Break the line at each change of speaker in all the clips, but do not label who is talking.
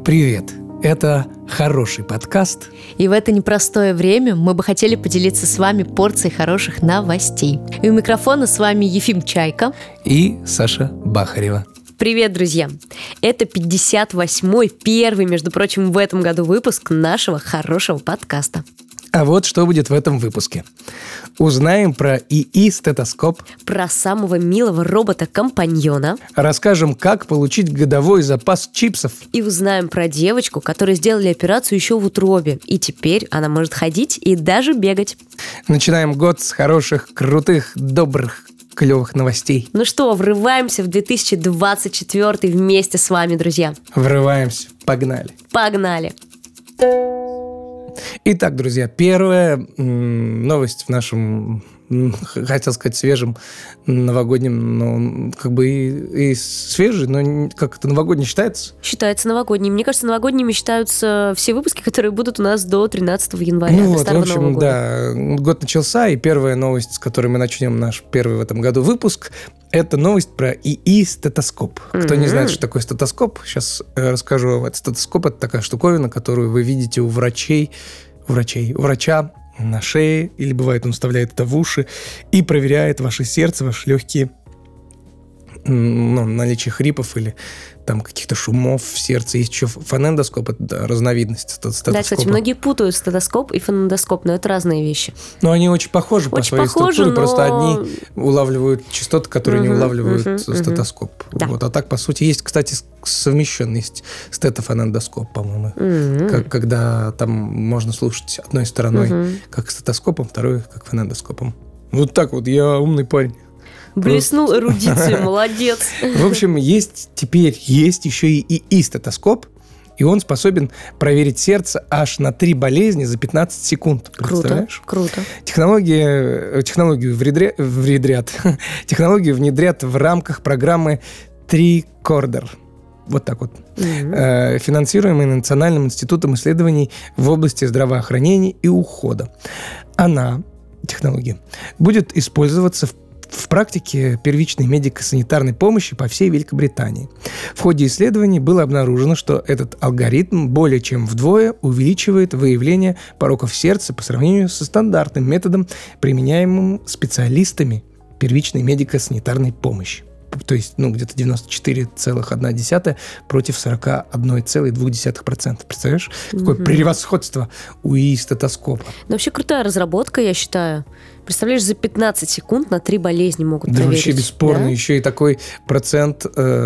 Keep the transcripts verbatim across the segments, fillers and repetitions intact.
Привет! Это хороший подкаст.
И в это непростое время мы бы хотели поделиться с вами порцией хороших новостей. И у микрофона с вами Ефим Чайка
и Саша Бахарева.
Привет, друзья! Это пятьдесят восьмой, первый, между прочим, в этом году выпуск нашего хорошего подкаста.
А вот что будет в этом выпуске. Узнаем про ИИ-стетоскоп.
Про самого милого робота-компаньона.
Расскажем, как получить годовой запас чипсов.
И узнаем про девочку, которой сделали операцию еще в утробе. И теперь она может ходить и даже бегать.
Начинаем год с хороших, крутых, добрых, клевых новостей.
Ну что, врываемся в две тысячи двадцать четвёртый вместе с вами, друзья.
Врываемся. Погнали.
Погнали.
Итак, друзья, первая м, новость в нашем, м, хотел сказать, свежем новогоднем, но как бы и, и свежий, но как это новогодний считается?
Считается новогодним. Мне кажется, новогодними считаются все выпуски, которые будут у нас до тринадцатого января.
Ну
до
вот, в
старого Нового
общем,
года.
да, год начался, и первая новость, с которой мы начнем наш первый в этом году выпуск, это новость про ИИ-стетоскоп. Кто
Mm-hmm.
не знает, что такое стетоскоп, сейчас э, расскажу. Это стетоскоп – это такая штуковина, которую вы видите у врачей, у врачей, у врача на шее, или бывает он вставляет это в уши и проверяет ваше сердце, ваши легкие, ну, наличие хрипов или там каких-то шумов в сердце. Есть еще фонендоскоп, это да, разновидность стетоскопа.
Да, кстати, многие путают стетоскоп и фонендоскоп, но это разные вещи.
Но они очень похожи
очень
по своей
похожи,
структуре,
но...
просто одни улавливают частоты, которые
угу,
не улавливают
угу,
стетоскоп.
Да.
Вот. А так, по сути, есть, кстати, совмещенный есть стетофонендоскоп, по-моему,
угу.
как, когда там можно слушать одной стороной
угу.
как стетоскопом, второй как фонендоскопом. Вот так вот, я умный парень.
Блеснул эрудицией, молодец.
В общем, есть теперь есть еще и ИИ-стетоскоп, и он способен проверить сердце аж на три болезни за пятнадцать секунд.
Круто, круто.
Технологии, технологию внедря, внедрят, технологию внедрят в рамках программы Трикордер. Вот так вот. Mm-hmm. Финансируемой Национальным институтом исследований в области здравоохранения и ухода. Она, технология, будет использоваться в в практике первичной медико-санитарной помощи по всей Великобритании. В ходе исследований было обнаружено, что этот алгоритм более чем вдвое увеличивает выявление пороков сердца по сравнению со стандартным методом, применяемым специалистами первичной медико-санитарной помощи. То есть, ну, где-то девяносто четыре целых одна десятая против сорок один целых две десятых процента. Представляешь? Какое mm-hmm. превосходство у ИИ-стетоскопа.
Ну, вообще крутая разработка, я считаю. Представляешь, за пятнадцать секунд на три болезни могут
да
проверить.
Да вообще бесспорно.
Да?
Еще и такой процент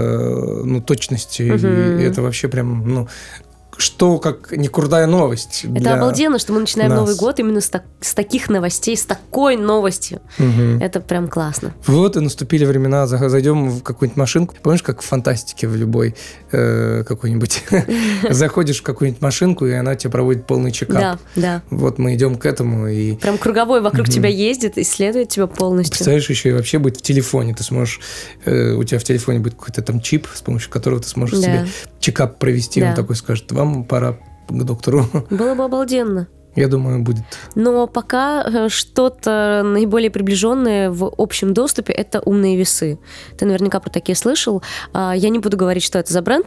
э, ну, точности. Mm-hmm. И это вообще прям, ну... Что, как не крутая новость.
Это обалденно, что мы начинаем
нас.
Новый год именно с, так, с таких новостей, с такой новостью.
Угу.
Это прям классно.
Вот и наступили времена, зайдем в какую-нибудь машинку. Помнишь, как в фантастике в любой э, какой-нибудь... Заходишь в какую-нибудь машинку, и она тебе проводит полный чекап.
Да, да.
Вот мы идем к этому. И...
Прям круговой вокруг тебя ездит, исследует тебя полностью.
Представляешь, еще и вообще будет в телефоне. Ты сможешь... Э, у тебя в телефоне будет какой-то там чип, с помощью которого ты сможешь себе чекап провести. Он такой скажет, вам пора к доктору.
Было бы обалденно.
Я думаю, будет.
Но пока что-то наиболее приближенное в общем доступе – это умные весы. Ты наверняка про такие слышал. Я не буду говорить, что это за бренд.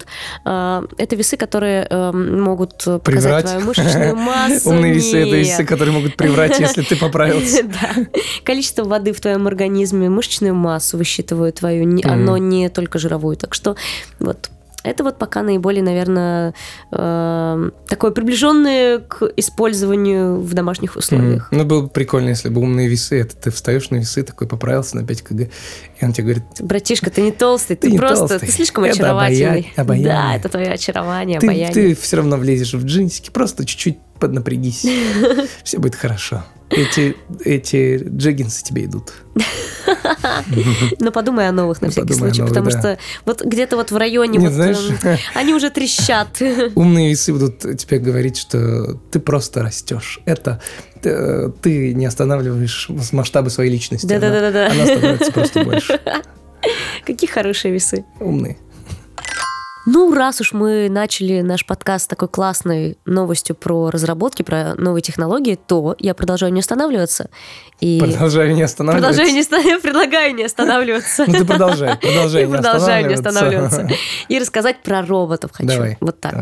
Это весы, которые могут показать
приврать.
Твою мышечную массу.
Умные весы – это весы, которые могут приврать, если ты поправился.
Да. Количество воды в твоем организме, мышечную массу высчитывают твою, но не только жировую. Так что вот... Это вот пока наиболее, наверное, э, такое приближенное к использованию в домашних условиях.
Mm. Ну, было бы прикольно, если бы умные весы, это ты встаешь на весы, такой поправился на пять килограмм, и он тебе говорит...
Братишка, ты не толстый, ты,
ты не
просто,
толстый.
ты слишком
это
очаровательный.
Обаяние, обаяние.
Да, это твое очарование,
ты,
обаяние.
Ты все равно влезешь в джинсики, просто чуть-чуть поднапрягись. Все будет хорошо. Эти, эти джеггинсы тебе идут.
Но подумай о новых на всякий случай, потому что вот где-то вот в районе они уже трещат.
Умные весы будут тебе говорить, что ты просто растешь. Это ты не останавливаешь масштабы своей личности.
Да-да-да.
Она становится просто больше.
Какие хорошие весы.
Умные.
Ну, раз уж мы начали наш подкаст с такой классной новостью про разработки, про новые технологии, то я продолжаю не останавливаться. И...
Продолжаю не останавливаться?
Продолжаю не останавливаться. Предлагаю не останавливаться.
Ну, ты продолжай, продолжай
не останавливаться. И продолжаю не останавливаться. И рассказать про роботов хочу.
Давай.
Вот так вот.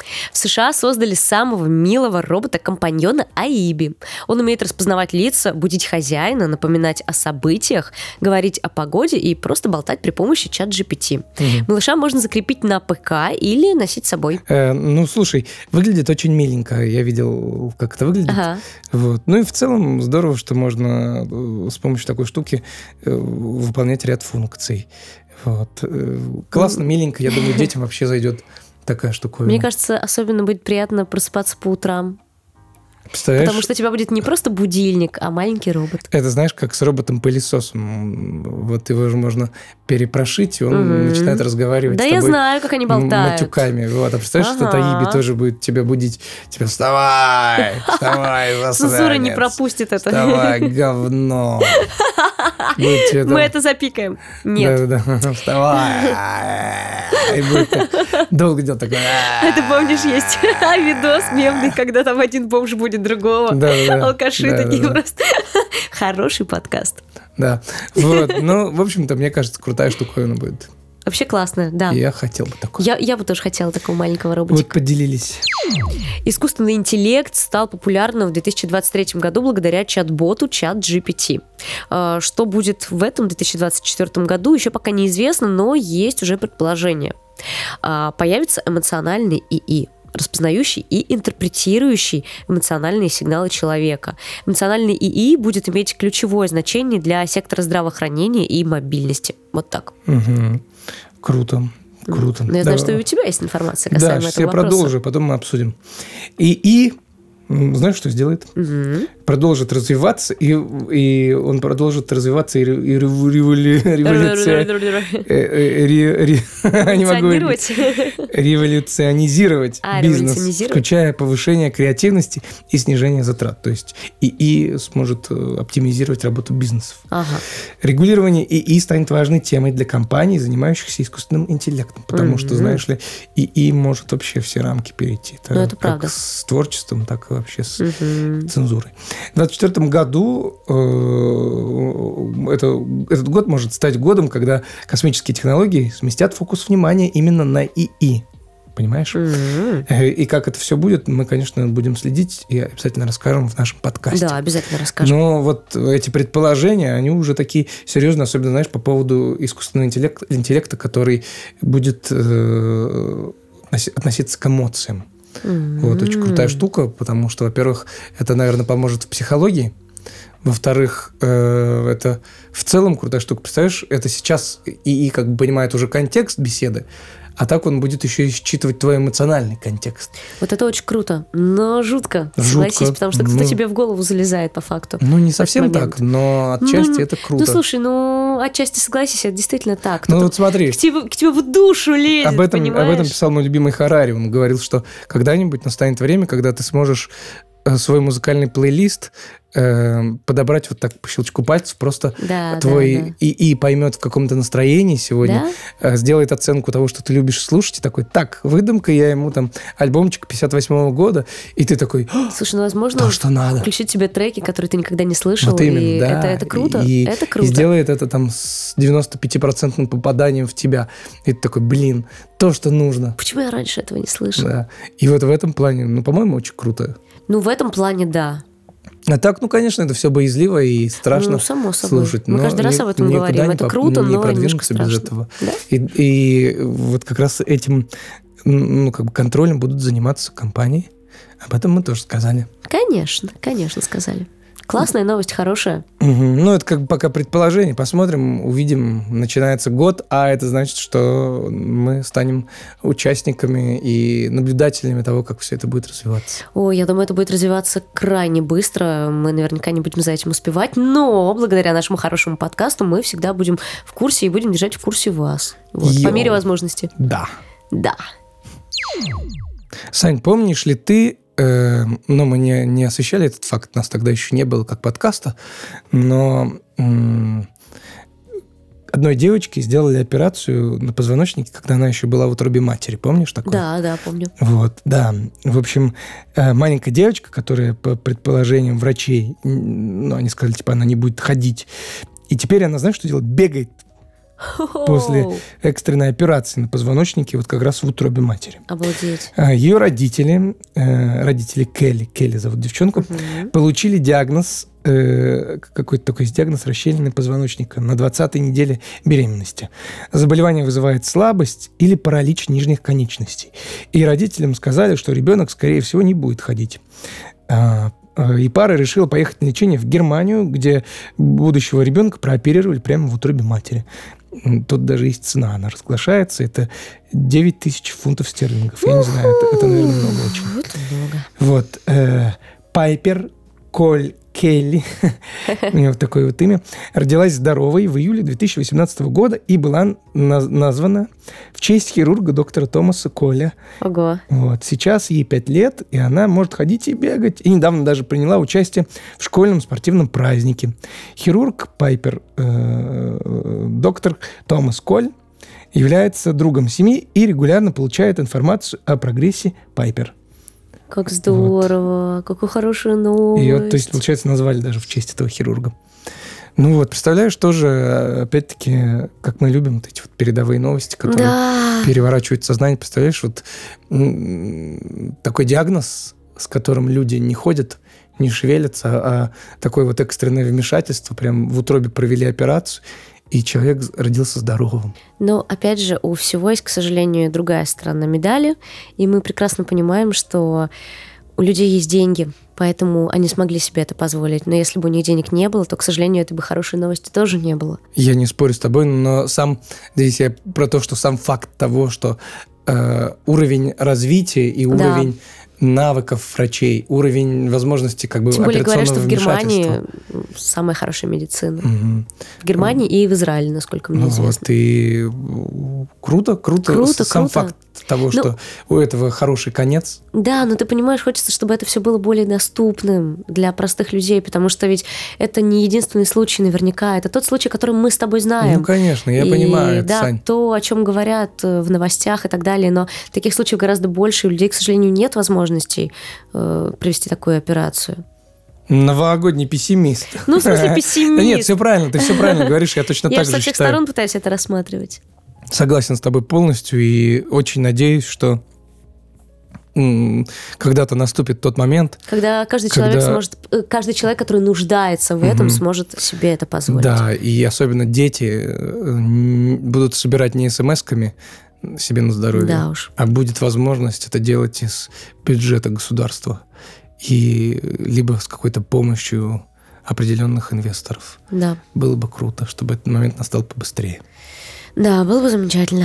В США создали самого милого робота-компаньона Аиби. Он умеет распознавать лица, будить хозяина, напоминать о событиях, говорить о погоде и просто болтать при помощи чат джи пи ти. Угу. Малыша можно закрепить на ПК или носить с собой.
Э, ну, слушай, выглядит очень миленько. Я видел, как это выглядит.
Ага.
Вот. Ну и в целом здорово, что можно с помощью такой штуки выполнять ряд функций. Вот. Классно, миленько. Я думаю, детям вообще зайдет такая штуковина.
Мне кажется, особенно будет приятно просыпаться по утрам. Потому что у тебя будет не просто будильник, а маленький робот.
Это знаешь, как с роботом-пылесосом. Вот его же можно перепрошить, и он mm-hmm. начинает разговаривать
да
с тобой.
Да я знаю, как они болтают.
Матюками. Вот. А представляешь,
ага.
что Таиби тоже будет тебя будить. Типа, вставай, вставай, засранец.
Цензура не пропустит это.
Вставай, говно.
Мы это запикаем. Нет.
Да-да-да, вставай. И будет долго делать такое.
Ты помнишь, есть видос мемный, когда там один бомж будет другого.
Да, да,
алкаши
да,
такие
да,
просто. Хороший подкаст.
Да. Вот. Ну, в общем-то, мне кажется, крутая штуковина будет.
Вообще классно, да.
Я хотел бы такого.
Я, я бы тоже хотела такого маленького роботика.
Вот поделились.
Искусственный интеллект стал популярным в две тысячи двадцать третьем году благодаря чат-боту чат джи пи ти. Что будет в этом две тысячи двадцать четвёртом году, еще пока неизвестно, но есть уже предположение. Появится эмоциональный ИИ, распознающий и интерпретирующий эмоциональные сигналы человека. Эмоциональный ИИ будет иметь ключевое значение для сектора здравоохранения и мобильности. Вот так.
Угу. Круто. Круто.
Но я знаю, что и у тебя есть информация касаемо
да,
этого
вопроса. Да, я продолжу, потом мы обсудим. ИИ, знаешь, что сделает?
Угу.
Продолжит развиваться, и, и он продолжит развиваться и революционизировать бизнес, включая повышение креативности и снижение затрат. То есть ИИ сможет оптимизировать работу бизнесов.
Ага.
Регулирование ИИ станет важной темой для компаний, занимающихся искусственным интеллектом, потому что, знаешь ли, ИИ может вообще все рамки перейти.
Ну, это правда.
Как с творчеством, так и вообще с цензурой. В двадцать четвёртом году э, это, этот год может стать годом, когда космические технологии сместят фокус внимания именно на ИИ. Понимаешь? Mm-hmm. И как это все будет, мы, конечно, будем следить и обязательно расскажем в нашем подкасте.
Да, обязательно расскажем.
Но вот эти предположения, они уже такие серьезные, особенно, знаешь, по поводу искусственного интеллекта, интеллекта который будет э, относиться к эмоциям. Mm-hmm. Вот, очень крутая штука, потому что, во-первых, это, наверное, поможет в психологии. Во-вторых, э, это в целом крутая штука. Представляешь, это сейчас ИИ как бы понимает уже контекст беседы, а так он будет еще и считывать твой эмоциональный контекст.
Вот это очень круто, но жутко,
жутко.
Согласись, потому что кто-то
ну,
тебе в голову залезает по факту.
Ну, не совсем так, но отчасти
ну,
это круто.
Ну, слушай, ну, отчасти, согласись, это действительно так.
Ну, вот смотри.
К тебе, к тебе в душу лезет,
об этом,
понимаешь?
Об этом писал мой любимый Харари. Он говорил, что когда-нибудь настанет время, когда ты сможешь свой музыкальный плейлист э, подобрать вот так по щелчку пальцев, просто
да,
твой
да, да.
ИИ поймет, в каком-то настроении сегодня,
да?
э, сделает оценку того, что ты любишь слушать, и такой, так, выдам-ка я ему там альбомчик пятьдесят восьмого года, и ты такой,
слушай, ну, возможно,
то, что надо.
Включить тебе треки, которые ты никогда не слышал,
вот именно,
и
да.
это, это круто,
и,
это круто.
И сделает это там с девяносто пять процентов попаданием в тебя. И ты такой, блин, то, что нужно.
Почему я раньше этого не слышал?
Да. И вот в этом плане, ну, по-моему, очень круто.
Ну, в этом плане, да.
А так, ну, конечно, это все боязливо и страшно
ну, само собой.
слушать.
Мы каждый раз об этом говорим. Это круто, но немножко страшно.
Без этого.
Да?
И, и вот как раз этим ну, как бы контролем будут заниматься компании. Об этом мы тоже сказали.
Конечно, конечно, сказали. Классная новость, хорошая.
Угу. Ну, это как бы пока предположение. Посмотрим, увидим. Начинается год, а это значит, что мы станем участниками и наблюдателями того, как все это будет развиваться.
Ой, я думаю, это будет развиваться крайне быстро. Мы наверняка не будем за этим успевать, но благодаря нашему хорошему подкасту мы всегда будем в курсе и будем держать в курсе вас. Вот, по мере возможности.
Да.
Да.
Сань, помнишь ли ты, э, ну, мы не, не освещали этот факт, нас тогда еще не было как подкаста, но э, одной девочке сделали операцию на позвоночнике, когда она еще была в утробе матери. Помнишь такое?
Да, да, помню.
Вот, да. В общем, э, маленькая девочка, которая, по предположениям врачей, ну, они сказали, типа, она не будет ходить. И теперь она, знаешь, что делает? Бегает. после экстренной операции на позвоночнике вот как раз в утробе матери.
Обалдеть.
Ее родители, родители Келли, Келли зовут девчонку, угу. получили диагноз, какой-то такой диагноз расщелины позвоночника на двадцатой неделе беременности. Заболевание вызывает слабость или паралич нижних конечностей. И родителям сказали, что ребенок, скорее всего, не будет ходить. И пара решила поехать на лечение в Германию, где будущего ребенка прооперировали прямо в утробе матери. Тут даже есть цена, она разглашается. Это девять тысяч фунтов стерлингов. Я не знаю, это, это наверное, много очень.
Это много.
Вот. Э, Пайпер Коль Келли, у нее вот такое вот имя, родилась здоровой в июле две тысячи восемнадцатого года и была на- названа в честь хирурга доктора Томаса Коля.
Ого.
Вот. Сейчас ей пять лет, и она может ходить и бегать. И недавно даже приняла участие в школьном спортивном празднике. Хирург Пайпер, э, доктор Томас Коль, является другом семьи и регулярно получает информацию о прогрессе Пайпер.
Как здорово, вот. Какую хорошую новость.
Ее, то есть, получается, назвали даже в честь этого хирурга. Ну вот, представляешь, тоже, опять-таки, как мы любим вот эти вот передовые новости, которые да. переворачивают сознание. Представляешь, вот такой диагноз, с которым люди не ходят, не шевелятся, а такое вот экстренное вмешательство, прям в утробе провели операцию, и человек родился здоровым.
Но, опять же, у всего есть, к сожалению, другая сторона медали, и мы прекрасно понимаем, что у людей есть деньги, поэтому они смогли себе это позволить. Но если бы у них денег не было, то, к сожалению, этой бы хорошей новости тоже не было. Я
не спорю с тобой, но сам здесь я про то, что сам факт того, что э, уровень развития и уровень... Да. навыков врачей, уровень возможностей как бы
тем более говорят, что в
Германии
самая хорошая медицина. Угу. В Германии и в Израиле, насколько мне
ну,
известно.
Вот, и круто, круто,
круто
сам
круто.
факт того, ну, что у этого хороший конец.
Да, но ты понимаешь, хочется, чтобы это все было более доступным для простых людей, потому что ведь это не единственный случай наверняка, это тот случай, который мы с тобой знаем.
Ну, конечно, я и, понимаю это,
да,
Сань.
То, о чем говорят в новостях и так далее, но таких случаев гораздо больше, у людей, к сожалению, нет возможностей э, провести такую операцию.
Новогодний пессимист.
Ну, в смысле, пессимист.
Да нет, все правильно, ты все правильно говоришь, я точно так же считаю.
Я со всех сторон пытаюсь это рассматривать.
Согласен с тобой полностью и очень надеюсь, что когда-то наступит тот момент,
когда каждый
когда...
человек сможет, каждый человек, который нуждается в этом, угу. сможет себе это позволить.
Да, и особенно дети будут собирать не смс-ками себе на здоровье,
да уж.
А будет возможность это делать из бюджета государства и либо с какой-то помощью определенных инвесторов.
Да.
Было бы круто, чтобы этот момент настал побыстрее.
Да, было бы замечательно.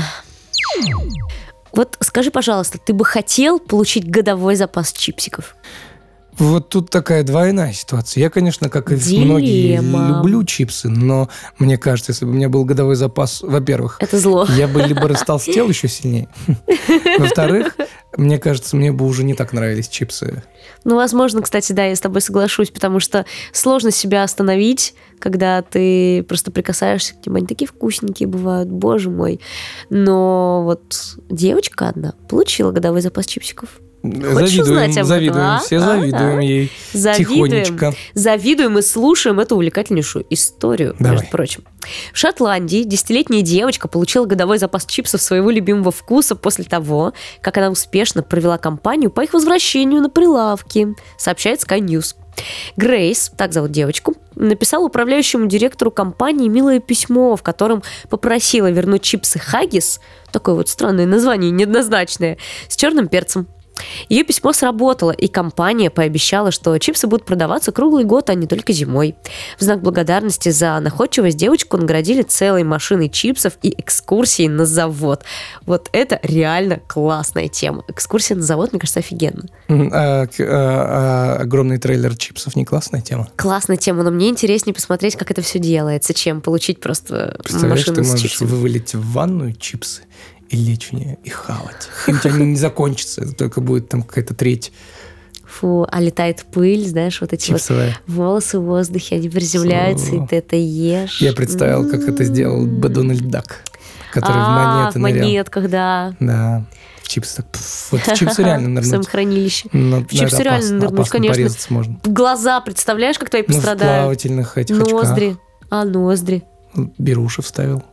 Вот скажи, пожалуйста, ты бы хотел получить годовой запас чипсиков?
Вот тут такая двойная ситуация. Я, конечно, как и Дилемма. многие, люблю чипсы, но мне кажется, если бы у меня был годовой запас, во-первых,
это зло.
Я бы либо растолстел еще сильнее, во-вторых, мне кажется, мне бы уже не так нравились чипсы.
Ну, возможно, кстати, да, я с тобой соглашусь, потому что сложно себя остановить, когда ты просто прикасаешься к ним. Они такие вкусненькие бывают, боже мой. Но вот девочка одна получила годовой запас чипсиков.
Завидуем, завидуем, а? все завидуем а, ей завидуем, тихонечко.
Завидуем и слушаем эту увлекательнейшую историю, Давай. между прочим. В Шотландии десятилетняя девочка получила годовой запас чипсов своего любимого вкуса после того, как она успешно провела кампанию по их возвращению на прилавки, сообщает Sky News. Грейс, так зовут девочку, написала управляющему директору компании милое письмо, в котором попросила вернуть чипсы Хаггис, такое вот странное название, неоднозначное, с черным перцем. Ее письмо сработало, и компания пообещала, что чипсы будут продаваться круглый год, а не только зимой. В знак благодарности за находчивость девочку наградили целой машиной чипсов и экскурсией на завод. Вот это реально классная тема. Экскурсия на завод, мне кажется, офигенно.
А, а, а огромный трейлер чипсов не классная тема?
Классная тема, но мне интереснее посмотреть, как это все делается, чем получить просто машину с чипсами.
Представляешь, ты можешь вывалить в ванную чипсы и лечь в нее, и хавать. И у тебя не закончится, это только будет там какая-то треть.
Фу, а летает пыль, знаешь, вот эти Чипсовая. вот волосы в воздухе, они приземляются, Фу. и ты это ешь.
Я представил, м-м-м. как это сделал бы Дональд Дак, который а, в монеты нырял.
в монетках, да.
Да, в чипсы так, пфф, вот в чипсы реально нырнуть.
В своем хранилище.
Но,
в чипсы реально опасно, нырнуть, конечно.
Можно.
Глаза, представляешь, как твои
ну,
пострадают?
в плавательных этих
Ноздри.
очках.
А, ноздри.
Беруши вставил.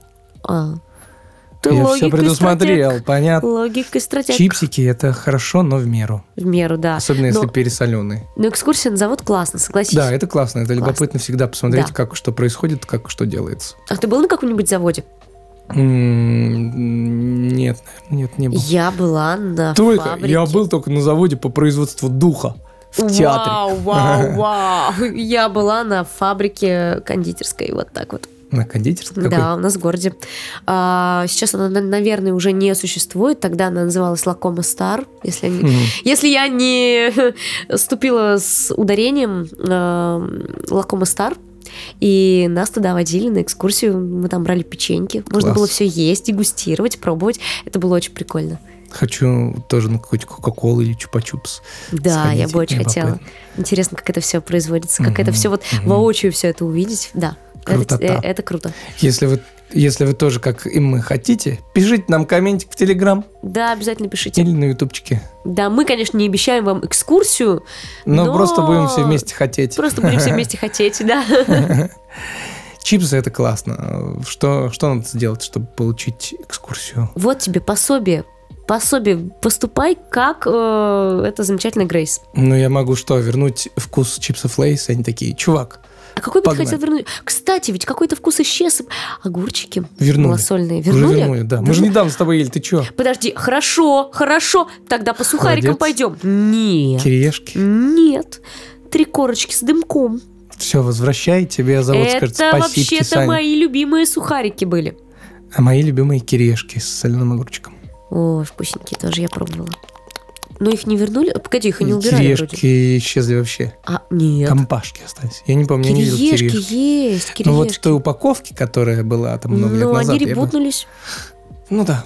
А. Ты
Я
логик
все
и
предусмотрел,
стратег.
понятно.
Логика и стратег.
Чипсики — это хорошо, но в меру.
В меру, да.
Особенно если
Но,
пересоленые.
но экскурсия на завод классно, согласись.
Да, это классно. Это
Классно.
любопытно всегда посмотреть,
Да.
как что происходит, как что делается.
А ты был на каком-нибудь заводе?
М, Нет, наверное, нет, не был.
Я была на
Только
фабрике.
я был только на заводе по производству духа в театре.
Вау, вау, вау. Я была на фабрике кондитерской, вот так вот.
На кондитерской? Какой?
Да, у нас в городе. А, сейчас она, на- наверное, уже не существует. Тогда она называлась Лакома Стар. Если, я не-
Мгм.
если я не ступила с ударением э, Лакома Стар, и нас туда водили на экскурсию. Мы там брали печеньки. Можно
Класс.
было все есть, дегустировать, пробовать. Это было очень прикольно.
Хочу тоже на какую-то Кока-Колу или Чупа-Чупс.
Да,
сходить.
я бы очень хотела.
Любопытно.
Интересно, как это все производится, как
Мгм,
это все вот
мгм.
воочию все это увидеть. Да, это,
Крутота.
э, это круто.
Если вы, если вы тоже, как и мы, хотите, пишите нам комментик в Телеграм
Да, обязательно пишите.
или на Ютубчике.
Да, мы, конечно, не обещаем вам экскурсию,
Но,
Но-
просто будем все вместе хотеть.
просто будем все вместе хотеть, да.
Чипсы — это классно. Что, что надо сделать, чтобы получить экскурсию?
Вот тебе пособие. Пособие. Поступай, как э, это замечательная Грейс.
Ну, я могу что, вернуть вкус чипсов Лейс? Они такие: чувак,
А какой бы ты
Погнали.
хотел вернуть? Кстати, ведь какой-то вкус исчез. Огурчики
вернули.
малосольные.
Уже
Вернули?
вернули, да. Мы же недавно с тобой ели, ты чё?
Подожди, хорошо, хорошо. Тогда по сухарикам
Холодец.
пойдем. Нет.
Кириешки.
Нет. Три корочки с дымком.
Все, возвращай, тебе зовут, скажет,
Это
спасибо,
вообще-то
Саня.
мои любимые сухарики были.
А мои любимые кириешки с соленым огурчиком.
Ой, вкусненькие тоже я пробовала. Но их не вернули? Погоди, их и не убирали
Кириешки
вроде.
исчезли вообще.
А, нет.
Компашки остались. Я не помню, я не видел
Кириешки
кириешки.
есть, кириешки.
Ну вот в той упаковке, которая была там много лет
Но
назад.
они
я бы-
ребутнулись.
Ну да.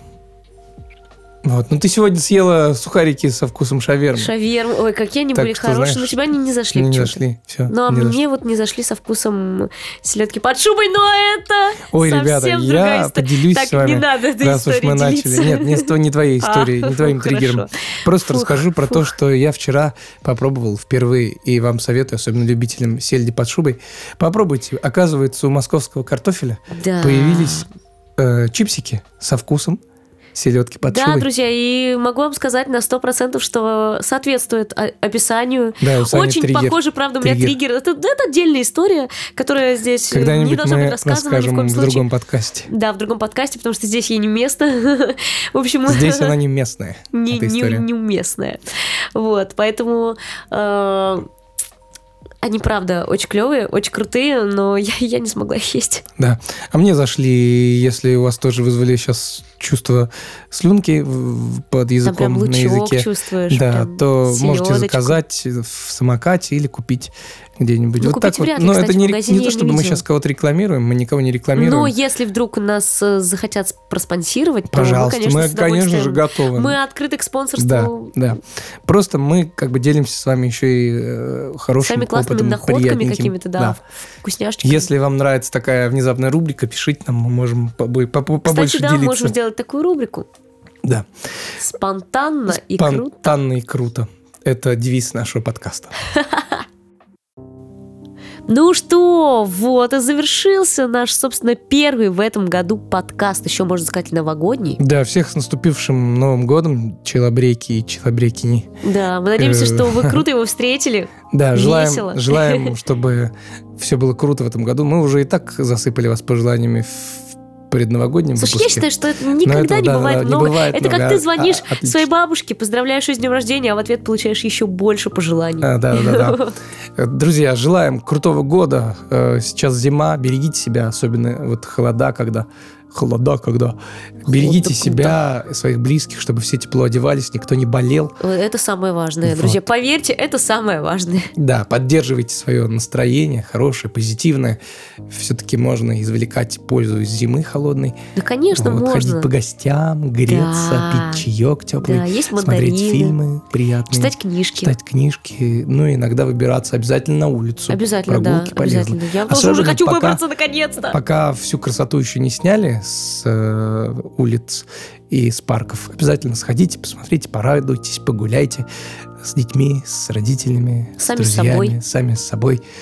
Вот. Ну ты сегодня съела сухарики со вкусом шавермы.
Шаверма. Ой, какие они
Так
были
что,
хорошие.
знаешь,
Но тебя они не зашли
не
почему-то.
зашли. Все.
Ну, а мне вот не зашли со вкусом селедки под шубой, но это
Ой,
совсем
ребята,
другая
я
история.
поделюсь
Так,
с вами,
не надо этой
раз уж
историей
мы
делиться.
начали. Нет, не, с то- не твоей историей,
А,
не твоим
хорошо.
триггером. Просто
Фух,
расскажу про то,
фух.
что я вчера попробовал впервые, и вам советую, особенно любителям сельди под шубой, попробуйте. Оказывается, у московского картофеля
Да.
появились э, чипсики со вкусом селедки под
Да,
шубой.
друзья, и могу вам сказать на сто процентов, что соответствует о- описанию.
Да, у Сани
Очень
триггер.
похоже, правда, у меня
Триггер.
триггер. Это, это отдельная история, которая здесь не
Когда-нибудь
должна
мы
быть рассказана ни в
расскажем
коем
в
случае.
другом подкасте.
Да, в другом подкасте, потому что здесь ей не место. В общем,
Здесь она не местная,
не,
эта
не-
история.
неуместная. Вот, поэтому э, они, правда, очень клевые, очень крутые, но я, я не смогла их есть.
Да. А мне зашли, если у вас тоже вызвали сейчас чувство слюнки в- под
Там
языком,
прям
на
лучок
языке,
чувствуешь.
да,
прям
то можете
селедочку.
заказать в самокате или купить где-нибудь.
Ну,
вот
купить
так вот.
вряд ли,
Но
кстати,
это не,
в
ре-
магазине
не
я
то,
не
чтобы мы
видела.
сейчас кого-то рекламируем, мы никого не рекламируем.
Но если вдруг нас э, захотят проспонсировать, то
Пожалуйста,
мы, конечно,
мы,
с
конечно же,
удовольствием.
готовы.
Мы открыты к спонсорству.
Да, да. Просто мы как бы делимся с вами еще и э, хорошим
Самыми классными
опытом,
находками
приятненьким.
какими-то, да, вкусняшечками.
Если вам нравится такая внезапная рубрика, пишите нам, мы можем побо- по- по- побольше
Кстати, да, мы
делиться.
можем сделать такую рубрику.
Да.
Спонтанно и круто.
Спонтанно и круто. Это девиз нашего подкаста.
Ну что, вот и завершился наш, собственно, первый в этом году подкаст. Еще, можно сказать, новогодний.
Да, всех с наступившим Новым годом, челобреки и челобрекини.
Да, мы надеемся,
Э.
что вы круто его встретили.
Да, желаем,
Весело.
желаем, чтобы все было круто в этом году. Мы уже и так засыпали вас пожеланиями в предновогоднем
Слушай, я
выпуске.
считаю, что это
Но
никогда
этого,
не
да,
бывает
да, не
много.
бывает
Это
много.
как ты звонишь
А, отлично.
своей бабушке, поздравляешь ее с днем рождения, а в ответ получаешь еще больше пожеланий.
А, да, да, да. Друзья, желаем крутого года. Э, Сейчас зима, берегите себя, особенно вот холода, когда... Холода, когда... Берегите
Холода,
себя, своих близких, чтобы все тепло одевались, никто не болел.
Это самое важное,
Вот.
друзья. Поверьте, это самое важное.
Да, поддерживайте свое настроение, хорошее, позитивное. Все-таки можно извлекать пользу из зимы холодной.
Да, конечно,
Вот, ходить
можно.
по гостям, греться,
Да.
пить чаек теплый,
Да, есть
смотреть
мандарины,
фильмы приятные.
читать книжки.
Читать книжки, ну и иногда выбираться обязательно на улицу.
Обязательно, да,
Прогулки полезны.
обязательно. Я тоже уже
Особенно
хочу
пока-
выбраться наконец-то.
Пока всю красоту еще не сняли с э, улиц и с парков, обязательно сходите, посмотрите, порадуйтесь, погуляйте с детьми, с родителями,
Сами с
с друзьями,
собой.
сами с собой.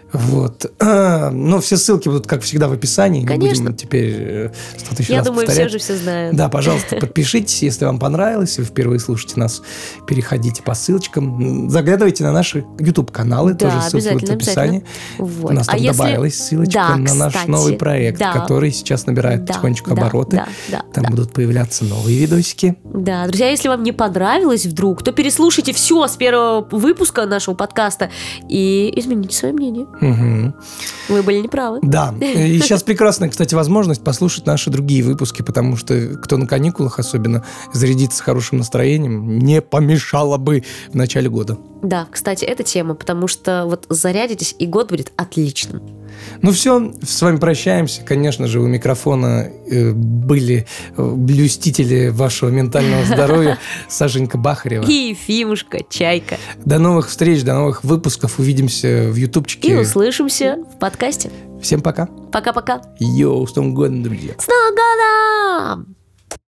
Вот. Но все ссылки будут, как всегда, в описании.
Конечно.
Не будем теперь сто тысяч
Я
раз
думаю,
повторять.
все же все знают.
Да, пожалуйста, подпишитесь, если вам понравилось, и вы впервые слушаете нас, переходите по ссылочкам. Заглядывайте на наши YouTube-каналы,
Да,
тоже ссылки будут в описании.
Вот.
У нас там
а если...
добавилась ссылочка
да,
на наш
кстати,
новый проект,
да.
который сейчас набирает
да,
потихонечку
да,
обороты.
Да, да,
там
да.
будут появляться новые видосики.
Да, друзья, если вам не понравилось вдруг, то переслушайте все с первого выпуска нашего подкаста и измените свое мнение.
Угу.
Вы были неправы.
Да, и сейчас прекрасная, кстати, возможность послушать наши другие выпуски, потому что кто на каникулах особенно, зарядиться хорошим настроением не помешало бы в начале года.
Да, кстати, это тема, потому что вот зарядитесь, и год будет отличным.
Ну все, с вами прощаемся. Конечно же, у микрофона э, были блюстители вашего ментального здоровья Сашенька Бахарева.
И Ефимушка, Чайка.
До новых встреч, до новых выпусков. Увидимся в ютубчике.
И услышимся в подкасте.
Всем пока.
Пока-пока.
Йоу, с Новым годом, друзья.
С Новым годом!